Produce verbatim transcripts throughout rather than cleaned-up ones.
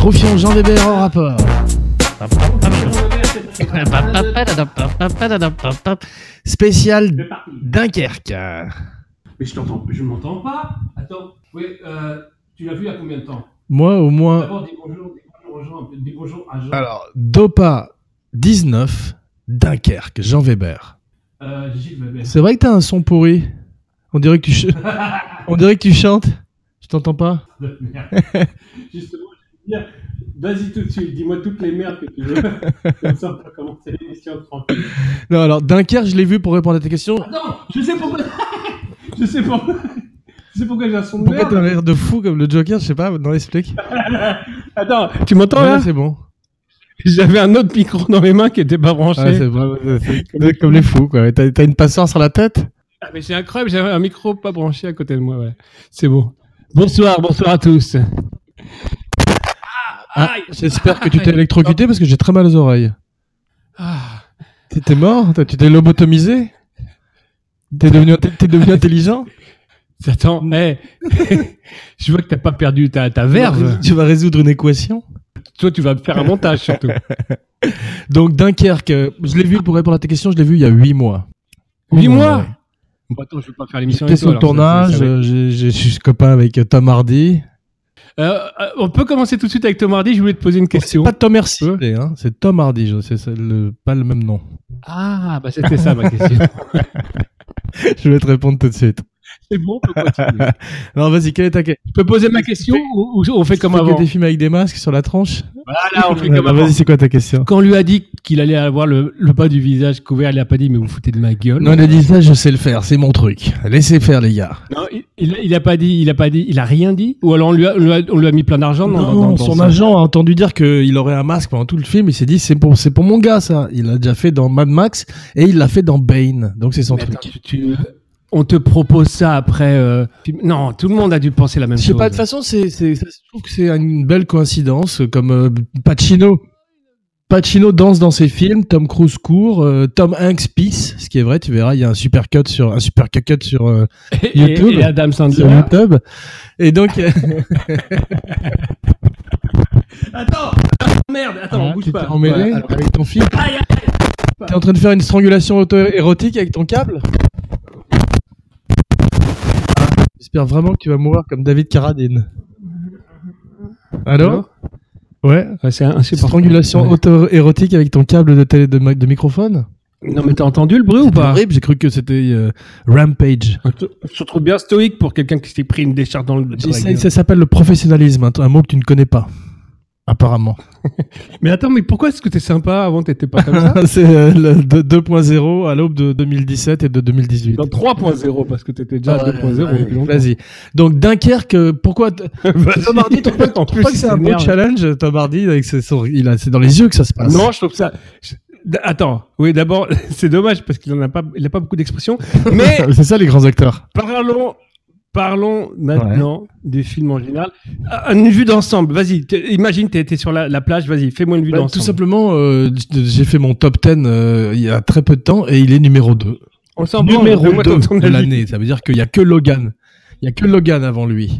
Confions Jean Weber en rapport. Spécial Dunkerque. Mais je t'entends, je ne m'entends pas. Attends, oui, euh, tu l'as vu il y a combien de temps? Moi, au moins. D'abord, dis bonjour, dis bonjour aux gens, dis bonjour à Jean. Alors, Dopa dix-neuf, Dunkerque, Jean Weber. Euh, Gilles Weber. C'est vrai que t'as un son pourri. On dirait que tu, ch... On dirait que tu chantes. Je t'entends pas. Merde. Justement, je vais te dire, vas-y tout de suite, dis-moi toutes les merdes que tu veux. Comme ça, on peut commencer l'émission tranquille. Non, alors, Dunkerque, je l'ai vu pour répondre à tes questions. Attends, je sais pourquoi. je sais pourquoi. Je sais pourquoi j'ai un son de Pourquoi merde. t'as un rire de fou comme le Joker, je sais pas, non, explique. Attends, tu m'entends Ouais, là? c'est bon. J'avais un autre micro dans mes mains qui était pas branché. Ouais, c'est vraiment, c'est comme, comme les fous, quoi. T'as, t'as une passoire sur la tête? Ah, mais c'est incroyable, j'avais un micro pas branché à côté de moi, ouais. C'est bon. Bonsoir, bonsoir à tous. Ah, j'espère que tu t'es électrocuté parce que j'ai très mal aux oreilles. Ah. T'es mort? Tu t'es lobotomisé? T'es devenu, t'es devenu intelligent? Attends, hey. Je vois que t'as pas perdu ta, ta verve. Tu vas résoudre une équation? Toi, tu vas faire un montage surtout. Donc, Dunkerque, je l'ai vu, pour répondre à tes questions, je l'ai vu il y a huit mois. Huit Oh, mois ouais. Bon, attends, je vais pas faire l'émission J'étais avec sur toi. le alors, tournage, ça, ça, ça va être- j'ai- j'ai- je suis copain avec Tom Hardy. Euh, euh, on peut commencer tout de suite avec Tom Hardy. Je voulais te poser une question. C'est pas Tom Merci, hein, c'est Tom Hardy, je- c'est c'est le, pas le même nom. Ah, bah c'était ça ma question. Je vais te répondre tout de suite. C'est bon, on peut continuer. Alors, vas-y, quelle est ta question? Je peux poser ma question ou, ou on fait comme Tu fais que avant? des films avec des masques sur la tronche? Voilà, on fait Ouais, comme bah, avant. vas-y, c'est quoi ta question? Quand on lui a dit qu'il allait avoir le, le bas du visage couvert, il a pas dit mais vous foutez de ma gueule. Non, il a dit ça, je sais le faire, c'est mon truc. Laissez faire, les gars. Non, il, il, il a pas dit, il a pas dit, il a rien dit. Ou alors on lui a, on lui a, on lui a mis plein d'argent. Non, dans- dans- dans son ça. agent a entendu dire qu'il aurait un masque pendant tout le film. Il s'est dit, c'est pour, c'est pour mon gars, ça. Il l'a déjà fait dans Mad Max et il l'a fait dans Bane. Donc, c'est son Mais truc. attends, tu- tu- on te propose ça après. euh, Non, tout le monde a dû penser la même Je chose. sais pas, de toute façon, c'est, c'est, ça, je trouve que c'est une belle coïncidence. Comme euh, Pacino. Pacino danse dans ses films, Tom Cruise court, euh, Tom Hanks pisse, ce qui est vrai, tu verras, il y a un super cut sur, un super cut sur euh, Et, YouTube. et Adam sur Sandler. YouTube. Et donc, euh, Attends, merde, attends, on bouge tu pas. t'es emmêlé Ouais, alors- avec ton film. Aïe, aïe. T'es en train de faire une strangulation auto-érotique avec ton câble? J'espère vraiment que tu vas mourir comme David Carradine. Allô? Allô Ouais. Ouais, c'est insupportable. Strangulation Ouais. auto-érotique avec ton câble de, télé, de, de microphone? Non, mais t'as entendu le bruit ou C'était pas? horrible, j'ai cru que c'était euh, Rampage. Je te- je te trouve bien stoïque pour quelqu'un qui s'est pris une décharge dans le. dans la Ça, gueule. ça s'appelle le professionnalisme, un, un mot que tu ne connais pas. Apparemment. Mais attends, mais pourquoi est-ce que t'es sympa avant t'étais pas comme ça? C'est euh, le de- deux point zéro à l'aube de deux mille dix-sept et de deux mille dix-huit. Dans trois point zéro parce que t'étais déjà à Ouais, deux point zéro ouais, depuis longtemps. Vas-y. Donc Dunkerque, euh, pourquoi t- Tom Hardy, tu trouves pas, tu En trouves plus, pas que c'est un il beau s'énerve. challenge, Tom Hardy, avec ses, son- il a, c'est dans les yeux que ça se passe. Non, je trouve ça. je- D- Attends, oui, d'abord, c'est dommage parce qu'il en a pas, il a pas beaucoup d'expressions. Mais c'est ça les grands acteurs. parlons, parlons maintenant du film en général. Ah, Une vue d'ensemble. Vas-y, t- imagine, t'es t'es sur la, la plage. Vas-y, fais-moi une vue Bah, d'ensemble. tout simplement, euh, j'ai fait mon top dix euh, il y a très peu de temps et il est numéro deux. On s'en branle, Numéro fais-moi ton- deux ton de avis. l'année. Ça veut dire qu'il y a que Logan. Il y a que Logan avant lui.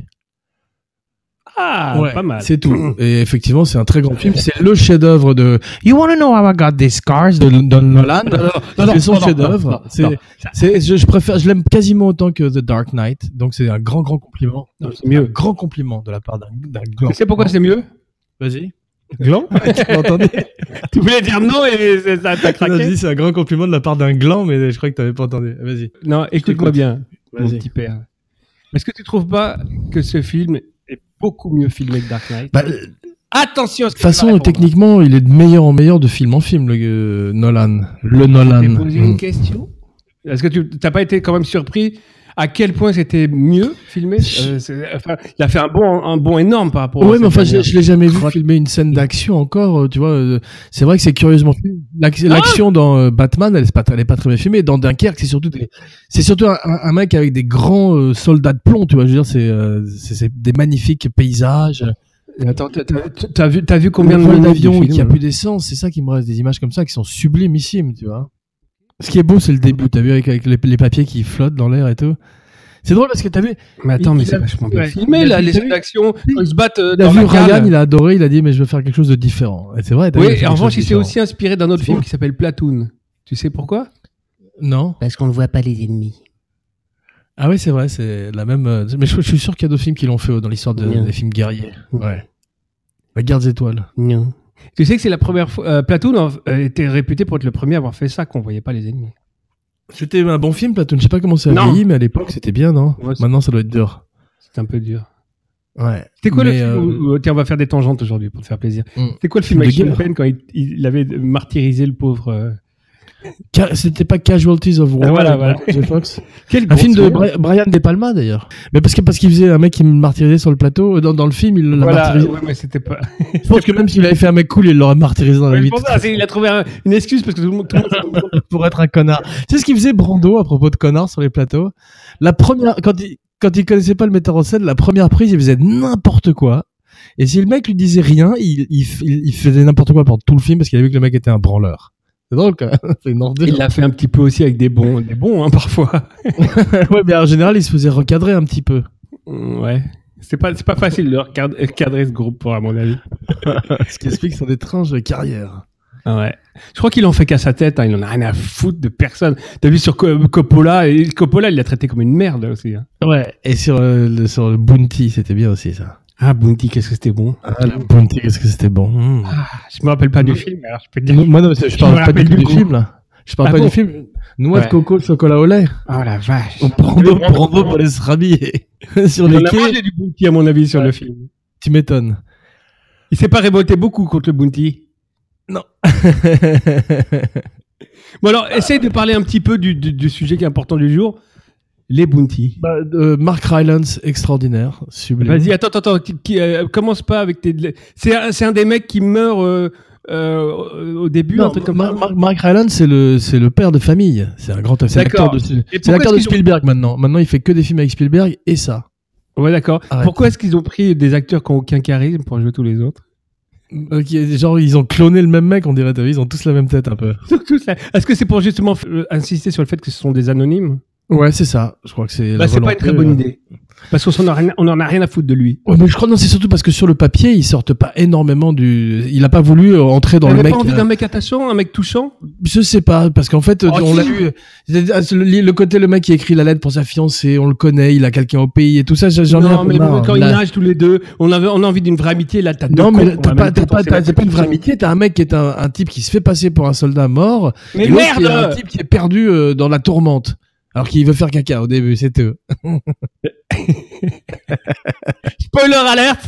Ah, Ouais, pas mal. c'est tout. Et effectivement, c'est un très grand film. C'est le chef-d'œuvre de You Wanna Know How I Got These Scars de, de Nolan. non, C'est son non, non, chef-d'œuvre. non, C'est, non. c'est, je, je préfère, je l'aime quasiment autant que The Dark Knight. Donc c'est un grand, grand compliment. Non, c'est mieux. Un grand compliment de la part d'un, d'un gland. Tu sais pourquoi c'est mieux? Vas-y. Gland? Tu m'entendais? Tu voulais dire non et c'est- ça t'a Non, je craqué? dis c'est un grand compliment de la part d'un gland, mais je crois que t'avais pas entendu. Vas-y. Non, écoute-moi t'écoute. bien, mon Vas-y. petit père. Est-ce que tu trouves pas que ce film est beaucoup mieux filmé que Dark Knight? Bah, de Attention à ce que toute façon, techniquement, il est de meilleur en meilleur de film en film, le euh, Nolan. Le Nolan. Je t'ai posé une Mm. question. Est-ce que tu t'as pas été quand même surpris à quel point c'était mieux filmé? Euh, c'est- enfin, il a fait un bon, un bon énorme par rapport. à Ouais, cette mais enfin, je, dernière. je l'ai jamais vu Crotte. filmer une scène d'action encore, euh, tu vois. euh, c'est vrai que c'est curieusement filmé. L'ac- Ah L'action dans euh, Batman, elle est pas, elle est pas très bien filmée. Dans Dunkerque, c'est surtout des, c'est surtout un, un- un mec avec des grands euh, soldats de plomb, tu vois. Je veux dire, c'est, euh, c'est, c'est des magnifiques paysages. Attends, t'as- t'as t'as vu, t'as vu combien Le de vol minutes d'avion du qui a film, plus d'essence, c'est ça qui me reste, des images comme ça qui sont sublimissimes, tu vois. Ce qui est beau, c'est le début. T'as vu avec, avec les, les papiers qui flottent dans l'air et tout. C'est drôle parce que t'as vu. Mais attends, il, mais il c'est a, vachement bien ouais, filmé, là, les scènes d'action, quand ils se battent euh, il a dans vu la cale. Ryan, il a adoré, il a dit, mais je veux faire quelque chose de différent. Et c'est vrai. Oui, vu, et en revanche, il s'est aussi inspiré d'un autre film qui s'appelle Platoon. Tu sais pourquoi? Non. Parce qu'on ne voit pas les ennemis. Ah oui, c'est vrai, c'est la même. euh, Mais je, je suis sûr qu'il y a d'autres films qui l'ont fait euh, dans l'histoire de, Non. des films guerriers. Ouais. La Guerre des Étoiles. Non. Tu sais que c'est la première fois. Euh, Platoon euh, était réputé pour être le premier à avoir fait ça, qu'on voyait pas les ennemis. C'était un bon film, Platoon. Je sais pas comment ça a Non. vieilli, mais à l'époque, c'était bien, non? Ouais, c'est- Maintenant, ça doit être dur. C'est un peu dur. Ouais. C'était quoi Mais, le film euh, où- où- Tiens, on va faire des tangentes aujourd'hui pour te faire plaisir. hmm. C'était quoi le film De avec Sean guerre. Penn quand il, il avait martyrisé le pauvre euh, Ca- C'était pas Casualties of War. Ah, voilà, avec voilà. Michael J. Fox. Quel Un gros film de sourire. Bri- Brian De Palma d'ailleurs. Mais parce que parce qu'il faisait un mec qui me martyrisait sur le plateau dans, dans le film, il l'a Voilà, martyrisé. ouais, mais c'était pas. Je pense que même s'il avait fait un mec cool, il l'aurait martyrisé dans la Ouais, vie. je pense ça, c'est- il a trouvé un- une excuse parce que tout le monde. Tout le monde Pour être un connard. Tu sais ce qu'il faisait Brando à propos de connards sur les plateaux? La première quand il quand il connaissait pas le metteur en scène, la première prise, il faisait n'importe quoi. Et si le mec lui disait rien, il il, il, il faisait n'importe quoi pendant tout le film parce qu'il a vu que le mec était un branleur. C'est drôle quand même. C'est une ordure. il l'a fait un petit peu aussi avec des bons, des bons hein, parfois. Ouais, mais en général, il se faisait recadrer un petit peu. Mm, Ouais. C'est pas, c'est pas facile de recadrer cadrer ce groupe, pour, à mon avis. Ce qui explique son étrange carrière. Ah ouais. Je crois qu'il en fait qu'à sa tête, hein, il en a rien à foutre de personne. T'as vu sur Co- Coppola, et Coppola, il l'a traité comme une merde aussi. Hein. Ouais. Et sur, euh, le, sur le Bounty, c'était bien aussi ça. Ah, Bounty, qu'est-ce que c'était bon. Ah, le Bounty, qu'est-ce que c'était bon. Mmh. Ah, je me rappelle pas du film, alors je peux te dire. Moi, non, je Je parle me pas du rappelle tout du du goût. film là. Je parle Ah pas bon du film. Noix Ouais. de coco, chocolat au lait. Oh la vache. On Brando, Brando pour aller se rhabiller sur Il les en a quais. mangé du Bounty, à mon avis, sur le film. Tu m'étonnes. Il s'est pas révolté beaucoup contre le Bounty. Non. Bon alors, essaye de parler un petit peu du, du, du sujet qui est important du jour. Les Bounty. Bah, euh, Mark Rylance, extraordinaire, sublime. Vas-y, attends, attends, attends. Qui, qui, euh, commence pas avec tes. C'est un, c'est un des mecs qui meurt euh, euh, au début, Non, un truc comme Mar- ça. Mar- Mark Rylance, c'est le, c'est le père de famille. C'est un grand, c'est l'acteur D'accord. de, Et c'est pourquoi l'acteur de est-ce qu'ils ont- Spielberg maintenant. Maintenant, il fait que des films avec Spielberg et ça. Ouais, d'accord. Arrête. Pourquoi est-ce qu'ils ont pris des acteurs qui n'ont aucun charisme pour jouer tous les autres? Ok, genre, ils ont cloné le même mec, on dirait, t'as vu, ils ont tous la même tête un peu. Surtout ça. Est-ce que c'est pour justement euh, insister sur le fait que ce sont des anonymes? Ouais, c'est ça. Je crois que c'est. Bah, la c'est pas une volonté, très bonne euh. idée. Parce qu'on s'en a rien, on en a rien à foutre de lui. Ouais, mais je crois que non, c'est surtout parce que sur le papier, ils sortent pas énormément du. Il a pas voulu euh, entrer dans T'avais le mec. pas envie euh, d'un mec attachant, un mec touchant? Je sais pas, parce qu'en fait, Oh, on l'a si. eu. Le, le côté, le mec qui écrit la lettre pour sa fiancée, on le connaît, il a quelqu'un au pays et tout ça. J'en ai un Non, peu mais marre. quand ils Là- nagent tous les deux, on, avait, on a envie d'une vraie amitié. Là, t'as deux Non, mais cons, t'as on va pas, même t'as pas, penser t'as- la c'est pas une vraie fiction. amitié. T'as un mec qui est un, un type qui se fait passer pour un soldat mort. Mais et l'autre qui est un merde! type qui est perdu euh, dans la tourmente. Alors qu'il veut faire caca au début, c'est eux. Spoiler alerte!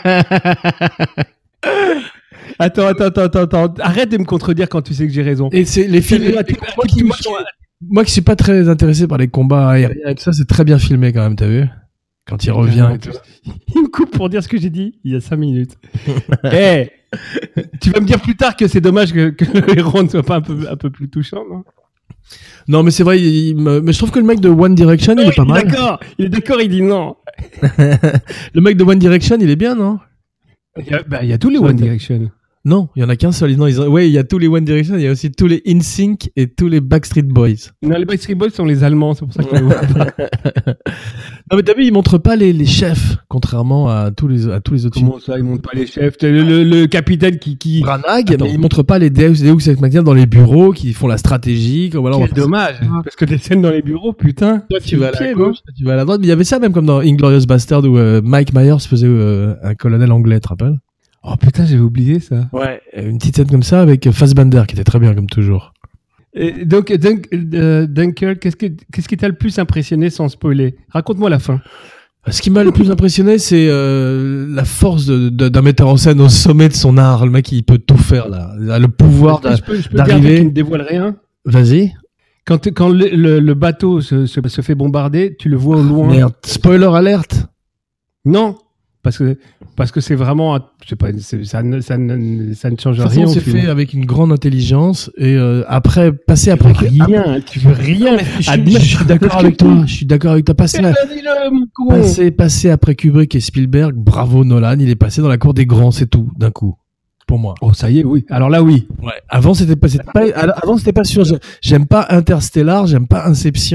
Attends, attends, attends, attends, attends. Arrête de me contredire quand tu sais que j'ai raison. Et c'est les films. C'est- moi, c'est- qui, moi, qui, moi qui suis pas très intéressé par les combats aériens et tout ça, c'est très bien filmé quand même, t'as vu? Quand il revient et tout. Il me coupe pour dire ce que j'ai dit il y a cinq minutes. Eh, tu vas me dire plus tard que c'est dommage que, que le héros ne soit pas un peu, un peu plus touchant, non? Non, mais c'est vrai, il, il me- mais je trouve que le mec de One Direction, il Oui, est pas mal. D'accord, il est d'accord, il dit non. Le mec de One Direction, il est bien, non? Il y a, bah, il y a tous les One Direction. Non, il y en a qu'un seul. Non, ils ont... Ouais, il y a tous les One Direction, il y a aussi tous les In Sync et tous les Backstreet Boys. Non, les Backstreet Boys sont les Allemands, c'est pour ça que je les vois pas. Non, mais t'as vu, ils montrent pas les, les chefs, contrairement à tous les, à tous les autres films. Comment ça, ils montent pas les chefs? Le, le, le capitaine qui... qui... Branagh, Attends. mais ils montrent pas les Deus, Deus Ex Machina dans les bureaux, qui font la stratégie. Comme, voilà, on Quel va- dommage, parce que des scènes dans les bureaux, putain. Toi, tu vas à la pied, gauche, toi, tu vas à la droite. Mais il y avait ça même comme dans Inglourious Bastard où euh, Mike Myers faisait euh, un colonel anglais, tu te rappelles? Oh putain, j'avais oublié ça. Ouais. Une petite scène comme ça avec Fassbender qui était très bien comme toujours. Et donc, Dunk, euh, Dunker, qu'est-ce, que, qu'est-ce qui t'a le plus impressionné sans spoiler? Raconte-moi la fin. Ce qui m'a le plus impressionné, c'est euh, la force de, de, d'un metteur en scène au sommet de son art. Le mec, il peut tout faire là. Il a le pouvoir Est-ce que d'a- je peux, je peux dire un d'arriver. truc qui ne dévoile rien? Vas-y. Quand, quand le, le, le bateau se, se, se fait bombarder, tu le vois au loin. Merde. Spoiler alerte. Non, parce que parce que c'est vraiment, un- c'est pas, c'est- ça, ne, ça, ne, ça ne change De toute rien. façon, au c'est film. fait avec une grande intelligence et euh, après passer après Rien, tu veux rien. Je suis, je suis d'accord avec toi. Je suis d'accord avec toi. Passer, à- Dis-le, mon con. passer, passer après Kubrick et Spielberg. Bravo Nolan. Il est passé dans la cour des grands, c'est tout d'un coup. Pour moi. Oh, ça y est, oui. Alors là, oui. Ouais. Avant, c'était pas, c'était pas, avant, c'était pas sûr. Je- J'aime pas Interstellar, j'aime pas Inception.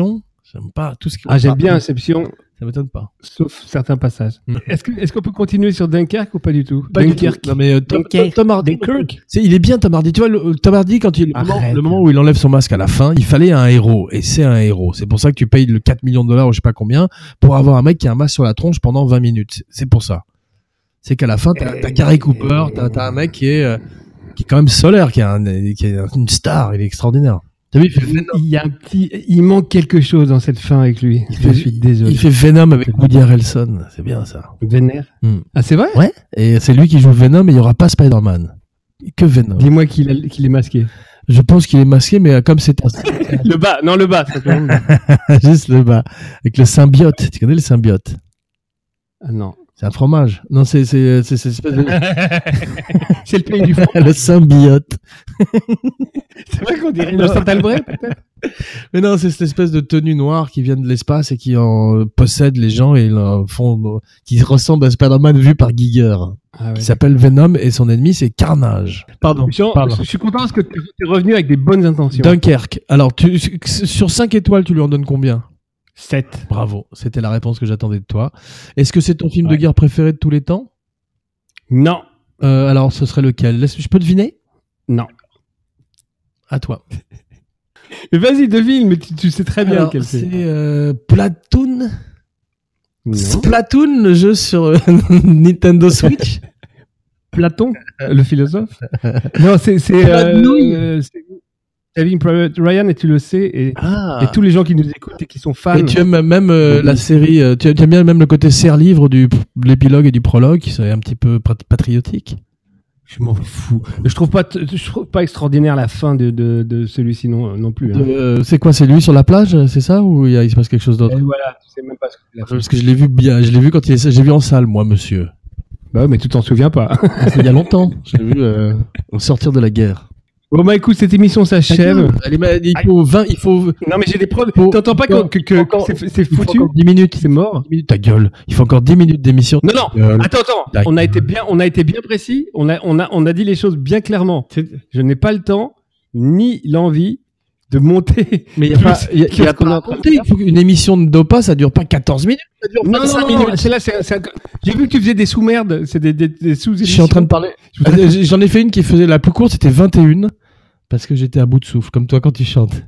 J'aime pas tout ce qui. Ah, j'aime bien Inception. Ça m'étonne pas. Sauf certains passages. Mm. Est-ce, que, est-ce qu'on peut continuer sur Dunkerque ou pas du tout? Pas Dunkerque. Du tout. Non mais euh, Tom, Dunkerque. Tom Hardy. C'est, il est bien Tom Hardy. Tu vois, le, Tom Hardy quand il le moment, le moment où il enlève son masque à la fin, il fallait un héros et c'est un héros. C'est pour ça que tu payes le quatre millions de dollars ou je sais pas combien pour avoir un mec qui a un masque sur la tronche pendant vingt minutes. C'est pour ça. C'est qu'à la fin t'as, t'as Gary Cooper, t'as, t'as un mec qui est euh, qui est quand même solaire, qui est, un, qui est une star. Il est extraordinaire. T'as vu, il, fait il y a un petit, il manque quelque chose dans cette fin avec lui. Il fait, je suis désolé. Il fait Venom avec Woody Harrelson. C'est bien ça. Vénère. Mm. Ah, c'est vrai? Ouais. Et c'est lui qui joue Venom et il y aura pas Spider-Man. Que Venom. Dis-moi qu'il, a, qu'il est masqué. Je pense qu'il est masqué, mais comme c'est un... le bas. Non, le bas. Juste le bas. Avec le symbiote. Tu connais le symbiote? Ah, non. C'est un fromage. Non, c'est, c'est, c'est, c'est, c'est, c'est le pays du fromage. Le symbiote. C'est vrai qu'on dirait Innocent Albrecht, peut-être. Mais non, c'est cette espèce de tenue noire qui vient de l'espace et qui en possède les gens et ils en font, qui ressemble à Spider-Man vu par Giger. Ah ouais. Qui s'appelle Venom et son ennemi c'est Carnage. Pardon. Jean, Pardon. Je suis content parce que tu es revenu avec des bonnes intentions. Dunkerque. Alors, tu, sur cinq étoiles, tu lui en donnes combien? sept. Bravo, c'était la réponse que j'attendais de toi. Est-ce que c'est ton film ouais. de guerre préféré de tous les temps? Non. Euh, alors, ce serait lequel? Laisse, je peux deviner? Non. À toi. Mais vas-y, devine, mais tu, tu sais très bien lequel c'est. C'est euh, Platoon. Non. Platoon, le jeu sur euh, Nintendo Switch. Platon, le philosophe. Non, c'est... c'est, euh, c'est... Saving Private Ryan et tu le sais et, ah. et tous les gens qui nous écoutent et qui sont fans. Et tu aimes même euh, la série, euh, tu aimes bien même le côté serre-livre du de l'épilogue et du prologue qui serait un petit peu patriotique. Je m'en fous. Je trouve pas, je trouve pas extraordinaire la fin de de, de celui-ci non non plus. Hein. Euh, c'est quoi, c'est lui sur la plage, c'est ça ou il, y a, il se passe quelque chose d'autre? Et voilà, tu sais même pas ce que c'est la fin. Parce que je l'ai vu bien, je l'ai vu quand il est, j'ai vu en salle moi, monsieur. Bah ouais, mais tu t'en souviens pas. C'est il y a longtemps. J'ai vu euh, au sortir de la guerre. Bon bah écoute, cette émission s'achève. Allez, il faut vingt, il faut. Non mais j'ai des preuves. Faut... T'entends pas que, que, que encore, c'est, c'est foutu? dix minutes, c'est mort. dix minutes, ta gueule. Il faut encore dix minutes d'émission. Non non. Gueule. Attends attends. Ta on a gueule. été bien, on a été bien précis. On a on a on a dit les choses bien clairement. C'est... Je n'ai pas le temps ni l'envie de monter. Mais il y a pas, il y a, y a pas à monter. Il faut qu'une émission de Dopa, ça dure pas quatorze minutes. Ça dure non, non, non, minutes. C'est là, c'est, c'est un... J'ai vu que tu faisais des sous-merdes. C'est des, des, des sous-émissions. Je suis en train de parler. J'en ai fait une qui faisait la plus courte, c'était vingt et une. Parce que j'étais à bout de souffle, comme toi quand tu chantes.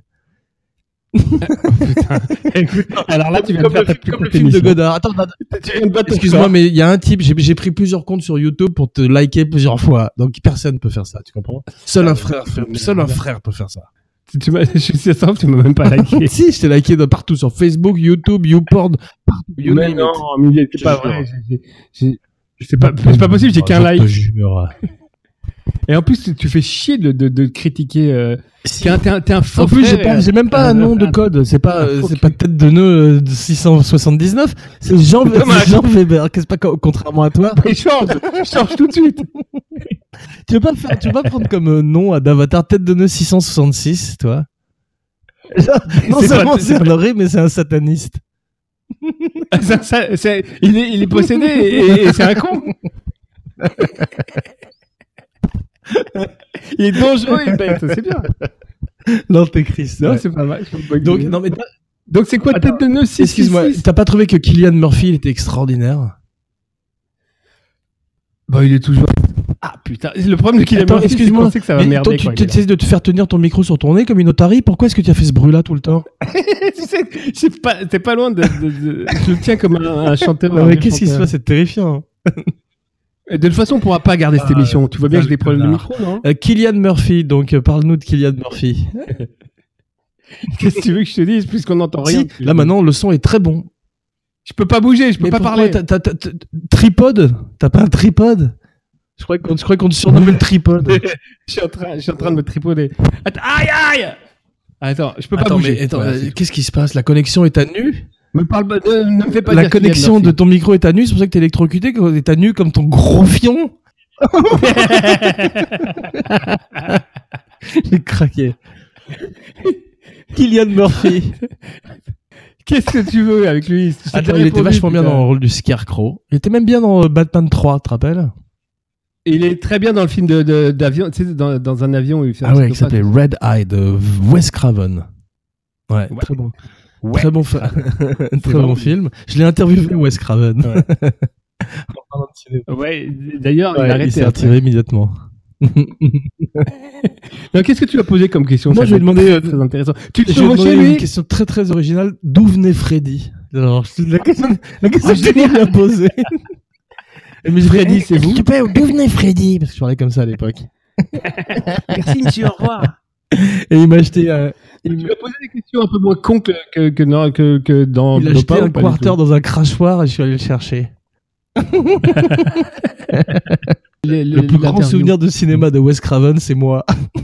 Oh, putain. Écoute, alors là, tu viens de faire ta plus comme le film de Godard. Attends, attends, tu viens de battre. Excuse-moi, mais il y a un type, j'ai, j'ai pris plusieurs comptes sur YouTube pour te liker plusieurs fois. Donc personne peut faire ça, tu comprends? Seul un frère, seul un frère peut faire ça. Tu m'as, je suis sûr que tu m'as même pas liké. Si, je t'ai liké de partout, sur Facebook, YouTube, YouPorn, partout. You mais non, mais c'est pas vrai. J'ai, j'ai, c'est pas, c'est pas possible, j'ai oh, qu'un like. Jure. Et en plus, tu fais chier de, de, de critiquer. Euh, si. T'es un, t'es un, t'es un faux en plus, frère, j'ai, pas, j'ai même pas un nom de code. C'est pas, euh, c'est pas tête de nœud de six cent soixante-dix-neuf. C'est Jean, c'est Jean Weber. Qu'est-ce pas contrairement à toi? Mais change, change tout de suite. Tu veux pas faire, tu veux pas prendre comme euh, nom à d'avatar tête de nœud six cent soixante-six, toi? Non seulement c'est un horrible, mais c'est un sataniste. ça, ça, c'est, il est, il est possédé et, et c'est un con. Il est dangereux, il est bête, c'est bien. L'antéchrist. Non, ouais. C'est pas mal. Donc, non, mais donc c'est quoi tête de nœud six six six? Excuse-moi, t'as pas trouvé que Cillian Murphy il était extraordinaire? Bah, il est toujours. Ah putain, le problème de Cillian Murphy, excuse-moi, c'est que ça va merder. Toi, tu essaies de te faire tenir ton micro sur ton nez comme une otarie. Pourquoi est-ce que tu as fait ce bruit-là tout le temps? Tu sais, c'est pas, t'es pas loin de, de, de, je le tiens comme un, un chanteur. Non, mais qu'est-ce qui se passe? C'est terrifiant. De toute façon, on pourra pas garder cette émission. Tu vois bien que j'ai des problèmes de micro, non? euh, Cillian Murphy, donc euh, parle-nous de Cillian Murphy. Qu'est-ce que tu veux que je te dise puisqu'on n'entend rien? Si, là maintenant, le son est très bon. Je peux pas bouger, je peux mais pas parler. T'as, t'as, t'as, t'as, tripode? T'as pas un tripode? Je croyais qu'on, je croyais qu'on te surnommait le tripode. je suis en train, je suis en train de me tripoder. Attends, aïe aïe! Attends, je peux pas attends, bouger. Mais, attends, ouais, qu'est-ce qui se passe? La connexion est à nu? Me parle pas, ne, ne me fais pas la connexion de ton micro est à nu, c'est pour ça que t'es électrocuté, que t'es à nu comme ton gros fion. J'ai craqué. Cillian Murphy. Qu'est-ce que tu veux avec lui? Attends, il était vachement bien dans le rôle du Scarecrow. Il était même bien dans Batman trois, tu te rappelles? Et il est très bien dans le film de, de, d'avion, tu sais, dans, dans un avion où il fait un ah ouais, qui s'appelait Red Eye de Wes Craven. Ouais, ouais, très bon. Ouais. Très bon, fa... très bon film. Je l'ai interviewé, Wes Craven. Ouais, ouais d'ailleurs, ouais, il, arrêté, il s'est retiré immédiatement. Non, qu'est-ce que tu as posé comme question? Moi, je lui ai demandé euh, très intéressant. Tu te demandé une question très très originale. D'où venait Freddy? Alors, la question, la question que je lui ai posée. Mais Freddy, c'est vous? D'où venait Freddy? Parce que je parlais comme ça à l'époque. Merci, monsieur, au revoir. Et il m'a acheté un. Il m'a posé des questions un peu moins cons que, que, que, non, que, que dans. Il a acheté un quarter dans un crachoir et je suis allé le chercher. le, le, le plus grand souvenir de cinéma de Wes Craven, c'est moi.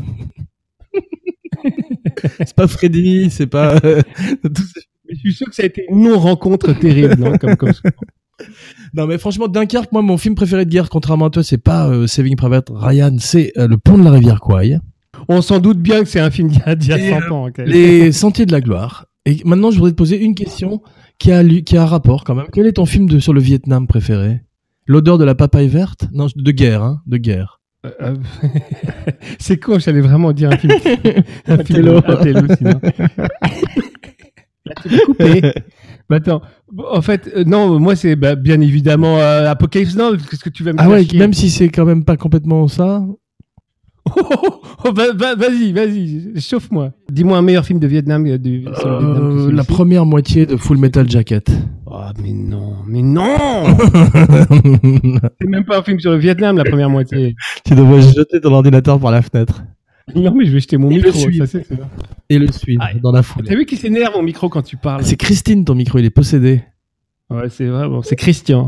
C'est pas Freddy, c'est pas. Euh, mais je suis sûr que ça a été une non-rencontre terrible, non, comme, comme ça. Non, mais franchement, Dunkerque, moi, mon film préféré de guerre, contrairement à toi, c'est pas euh, Saving Private Ryan, c'est euh, Le Pont de la Rivière Kwai. On s'en doute bien que c'est un film d'il y a, d'il y a cent ans. Okay. Les Sentiers de la Gloire. Et maintenant, je voudrais te poser une question qui a, qui a un rapport quand même. Quel est ton film de, sur le Vietnam préféré? L'odeur de la papaye verte? Non, de guerre, hein, de guerre. Euh, euh, c'est con, j'allais vraiment dire un film. Un film un télo, sinon. Là, tu l'as coupé. Bah attends, en fait, euh, non, moi c'est bah, bien évidemment euh, Apocalypse Now. Qu'est-ce que tu vas me dire? Ah ouais, même si c'est quand même pas complètement ça. Oh, oh, oh, va, va, vas-y, vas-y, chauffe-moi. Dis-moi un meilleur film de Vietnam. Euh, de, sur le Vietnam euh, la première moitié de Full Metal Jacket. Oh, mais non, mais non. C'est même pas un film sur le Vietnam, la première moitié. Tu devrais jeter ton ordinateur par la fenêtre. Non, mais je vais jeter mon Et micro. Le ça, c'est, c'est Et le suivre ah, dans la foule. T'as vu qu'il s'énerve mon micro quand tu parles? C'est Christine, ton micro, il est possédé. Ouais, c'est vrai, bon, c'est Christian.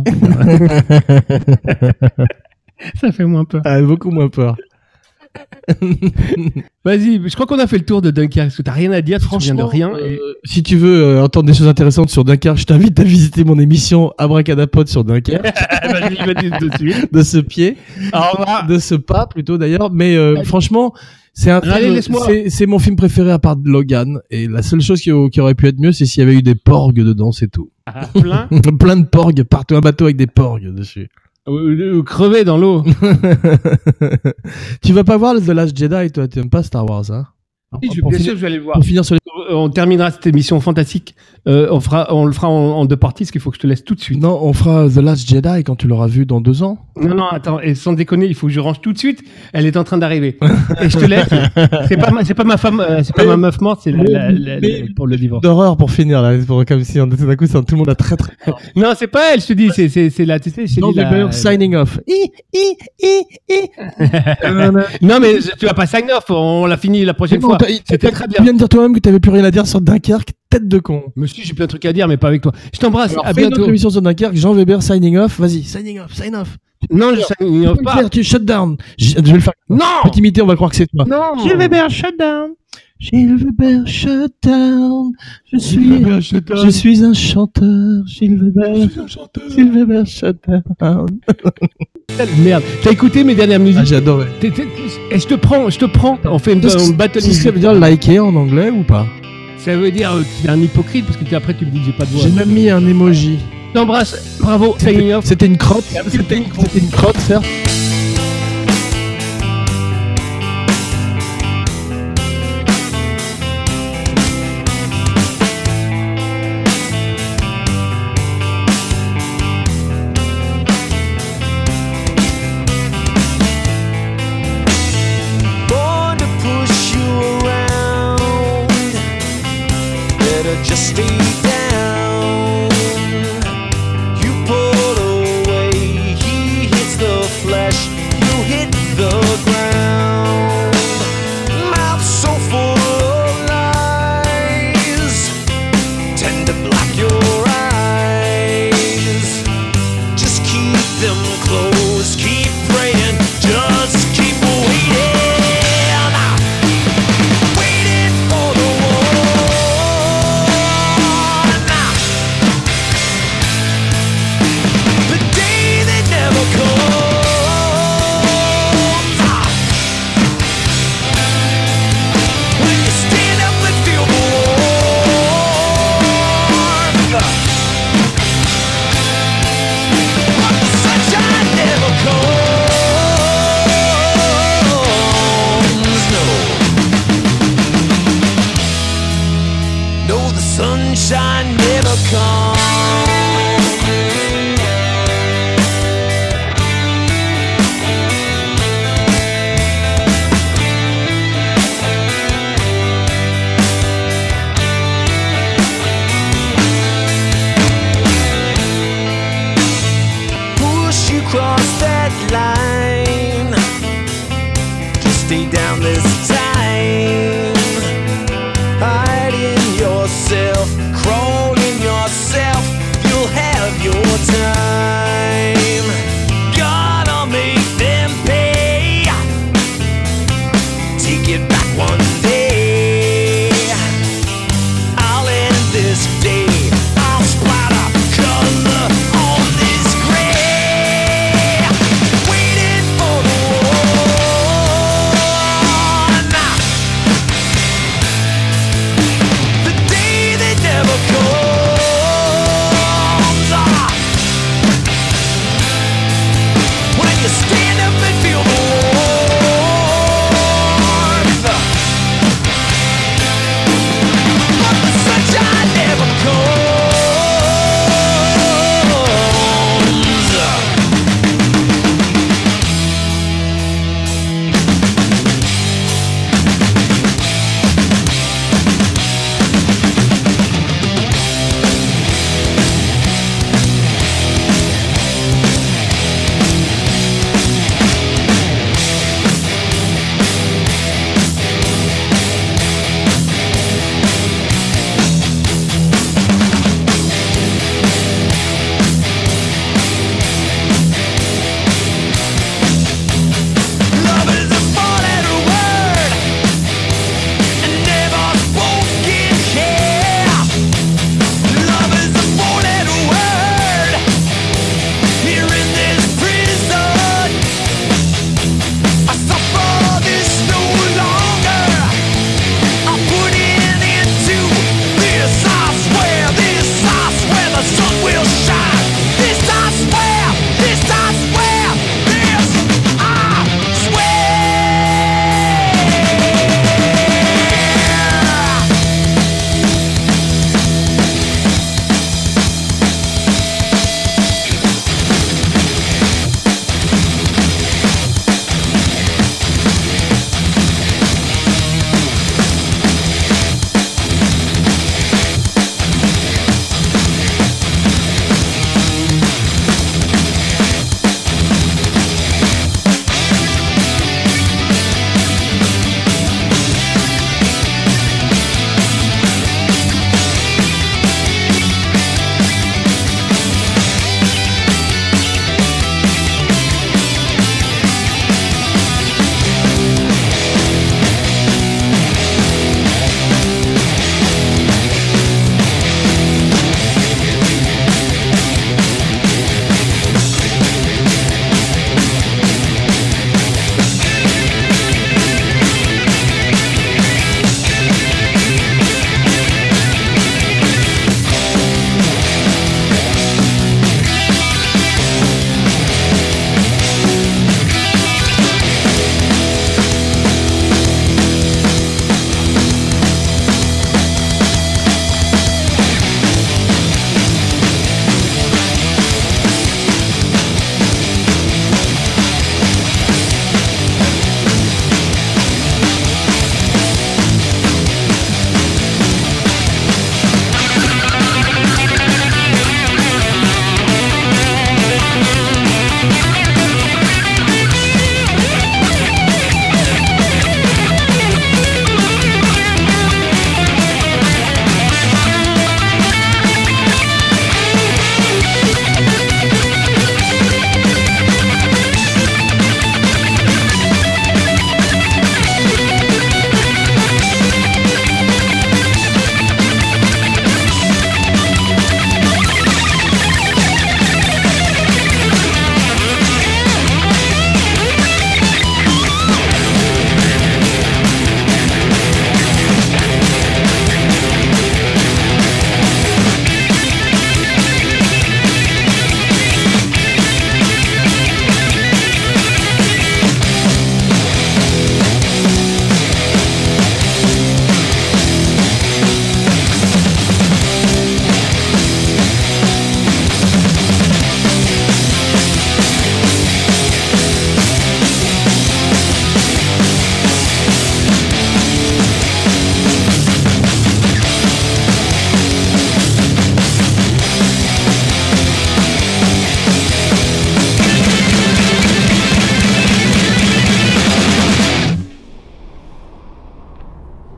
Ça fait moins peur. Ah, beaucoup moins peur. Vas-y, je crois qu'on a fait le tour de Dunkerque. Parce que t'as rien à dire, franchement, de rien. Euh, et... Si tu veux euh, entendre des choses intéressantes sur Dunkerque, je t'invite à visiter mon émission Abracadapod sur Dunkerque. Bah, je vais dire dessus. De ce pied, de ce pas plutôt d'ailleurs. Mais euh, franchement, c'est un Allez, film, c'est, c'est mon film préféré à part de Logan. Et la seule chose qui, qui aurait pu être mieux, c'est s'il y avait eu des porgs dedans, c'est tout. Ah, plein. Plein de porgs partout, un bateau avec des porgs dessus. Ou crever dans l'eau. Tu vas pas voir The Last Jedi, toi, tu aimes pas Star Wars, hein? Oui, je, bien finir, sûr, je vais aller le voir. Pour finir sur les... On terminera cette émission fantastique. Euh, on fera, on le fera en, en deux parties, parce qu'il faut que je te laisse tout de suite. Non, on fera The Last Jedi quand tu l'auras vu dans deux ans. Non, non, attends, et sans déconner, il faut que je range tout de suite. Elle est en train d'arriver. Et je te laisse. C'est pas ma, c'est pas ma femme, euh, c'est pas mais, ma meuf morte, c'est la, la, la, la, pour le divorce. D'horreur pour finir, là, pour, comme si on, tout d'un coup, tout le monde a très très peur. Non, c'est pas elle, je te dis, c'est, c'est, c'est la, tu sais, c'est non, la, la... signing off. I, I, I, I. Non, mais tu vas pas sign off, on l'a fini la prochaine non, fois. C'était très bien. Tu viens de dire toi-même que t'avais plus rien à dire sur Dunkerque, tête de con. Monsieur, j'ai plein de trucs à dire, mais pas avec toi. Je t'embrasse. Alors, à fais bientôt. Une autre émission sur Dunkerque, Jean Weber signing off. Vas-y, signing off, sign off. Non, je signing off pas. Faire, tu shut down. Je, je vais le faire. Non. Petit imité, on va croire que c'est toi. Non. Gilles Weber shut down. Gilles Weber shut down. Je suis, je suis un chanteur. Gilles Weber. Gilles Weber shut down. Merde. T'as écouté mes dernières musiques? Ah, j'ai adoré. T'es, t'es, et je te prends, je te prends. On fait une, une battle. Est-ce que ça veut dire liker en anglais ou pas? Ça veut dire euh, que t'es un hypocrite parce que après tu me dis que j'ai pas de voix. J'ai même mis un emoji. Je t'embrasse. Bravo. C'était, c'était une crotte. C'était une, c'était une crotte, certes. Just stay down. You pull away, he hits the flesh. stay down this town.